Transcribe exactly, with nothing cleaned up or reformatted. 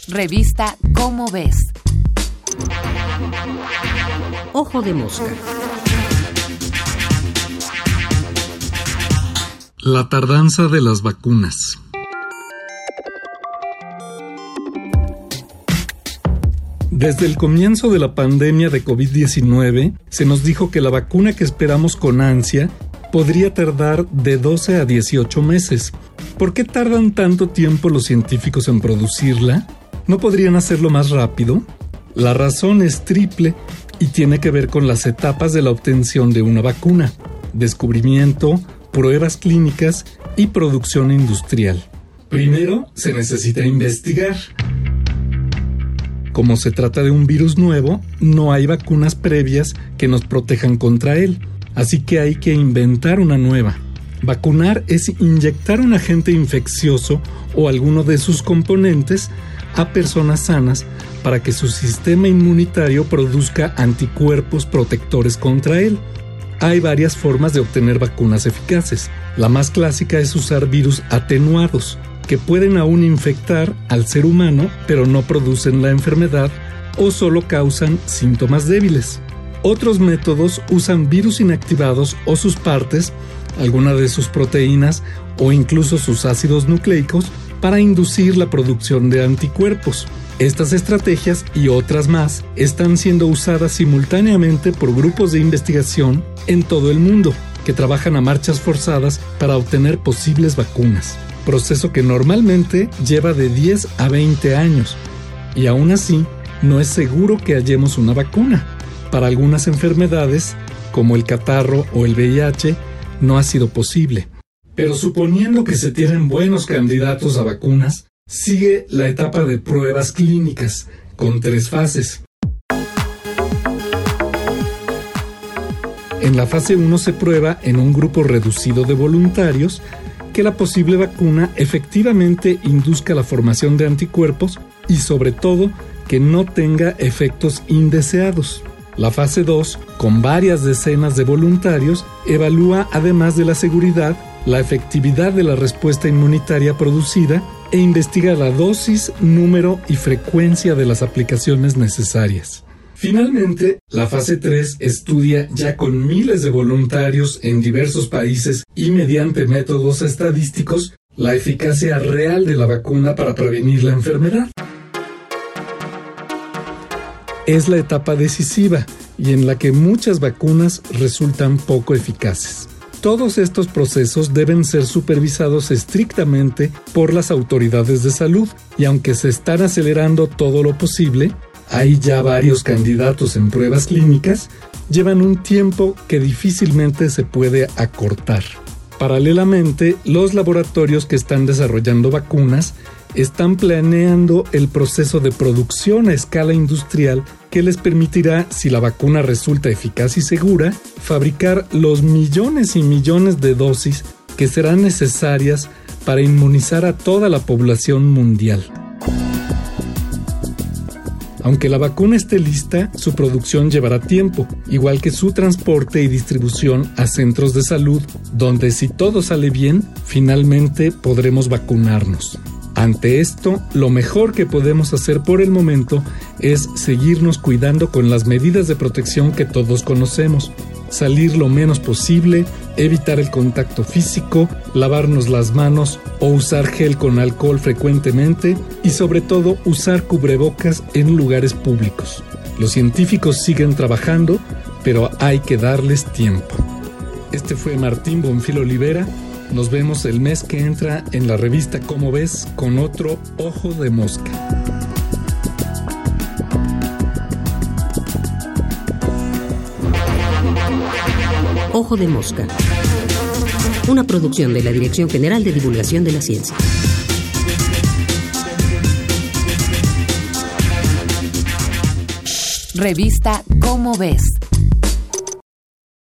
Revista Cómo Ves. Ojo de mosca. La tardanza de las vacunas. Desde el comienzo de la pandemia de covid diecinueve, se nos dijo que la vacuna que esperamos con ansia podría tardar de doce a dieciocho meses. ¿Por qué tardan tanto tiempo los científicos en producirla? ¿No podrían hacerlo más rápido? La razón es triple y tiene que ver con las etapas de la obtención de una vacuna: descubrimiento, pruebas clínicas y producción industrial. Primero, se necesita investigar. Como se trata de un virus nuevo, no hay vacunas previas que nos protejan contra él, así que hay que inventar una nueva. Vacunar es inyectar un agente infeccioso o alguno de sus componentes a personas sanas para que su sistema inmunitario produzca anticuerpos protectores contra él. Hay varias formas de obtener vacunas eficaces. La más clásica es usar virus atenuados, que pueden aún infectar al ser humano, pero no producen la enfermedad o solo causan síntomas débiles. Otros métodos usan virus inactivados o sus partes, alguna de sus proteínas o incluso sus ácidos nucleicos para inducir la producción de anticuerpos. Estas estrategias y otras más están siendo usadas simultáneamente por grupos de investigación en todo el mundo que trabajan a marchas forzadas para obtener posibles vacunas, proceso que normalmente lleva de diez a veinte años, y aún así no es seguro que hallemos una vacuna. Para algunas enfermedades, como el catarro o el V I H, no ha sido posible. Pero suponiendo que se tienen buenos candidatos a vacunas, sigue la etapa de pruebas clínicas, con tres fases. En la fase uno se prueba en un grupo reducido de voluntarios que la posible vacuna efectivamente induzca la formación de anticuerpos y sobre todo que no tenga efectos indeseados. La fase dos, con varias decenas de voluntarios, evalúa, además de la seguridad, la efectividad de la respuesta inmunitaria producida e investiga la dosis, número y frecuencia de las aplicaciones necesarias. Finalmente, la fase tres estudia ya con miles de voluntarios en diversos países y mediante métodos estadísticos la eficacia real de la vacuna para prevenir la enfermedad. Es la etapa decisiva y en la que muchas vacunas resultan poco eficaces. Todos estos procesos deben ser supervisados estrictamente por las autoridades de salud y aunque se están acelerando todo lo posible, hay ya varios candidatos en pruebas clínicas, llevan un tiempo que difícilmente se puede acortar. Paralelamente, los laboratorios que están desarrollando vacunas están planeando el proceso de producción a escala industrial que les permitirá, si la vacuna resulta eficaz y segura, fabricar los millones y millones de dosis que serán necesarias para inmunizar a toda la población mundial. Aunque la vacuna esté lista, su producción llevará tiempo, igual que su transporte y distribución a centros de salud, donde si todo sale bien, finalmente podremos vacunarnos. Ante esto, lo mejor que podemos hacer por el momento es seguirnos cuidando con las medidas de protección que todos conocemos. Salir lo menos posible, evitar el contacto físico, lavarnos las manos o usar gel con alcohol frecuentemente y sobre todo usar cubrebocas en lugares públicos. Los científicos siguen trabajando, pero hay que darles tiempo. Este fue Martín Bonfil Olivera. Nos vemos el mes que entra en la revista Cómo Ves con otro Ojo de Mosca. Ojo de Mosca. Una producción de la Dirección General de Divulgación de la Ciencia. Revista Cómo Ves.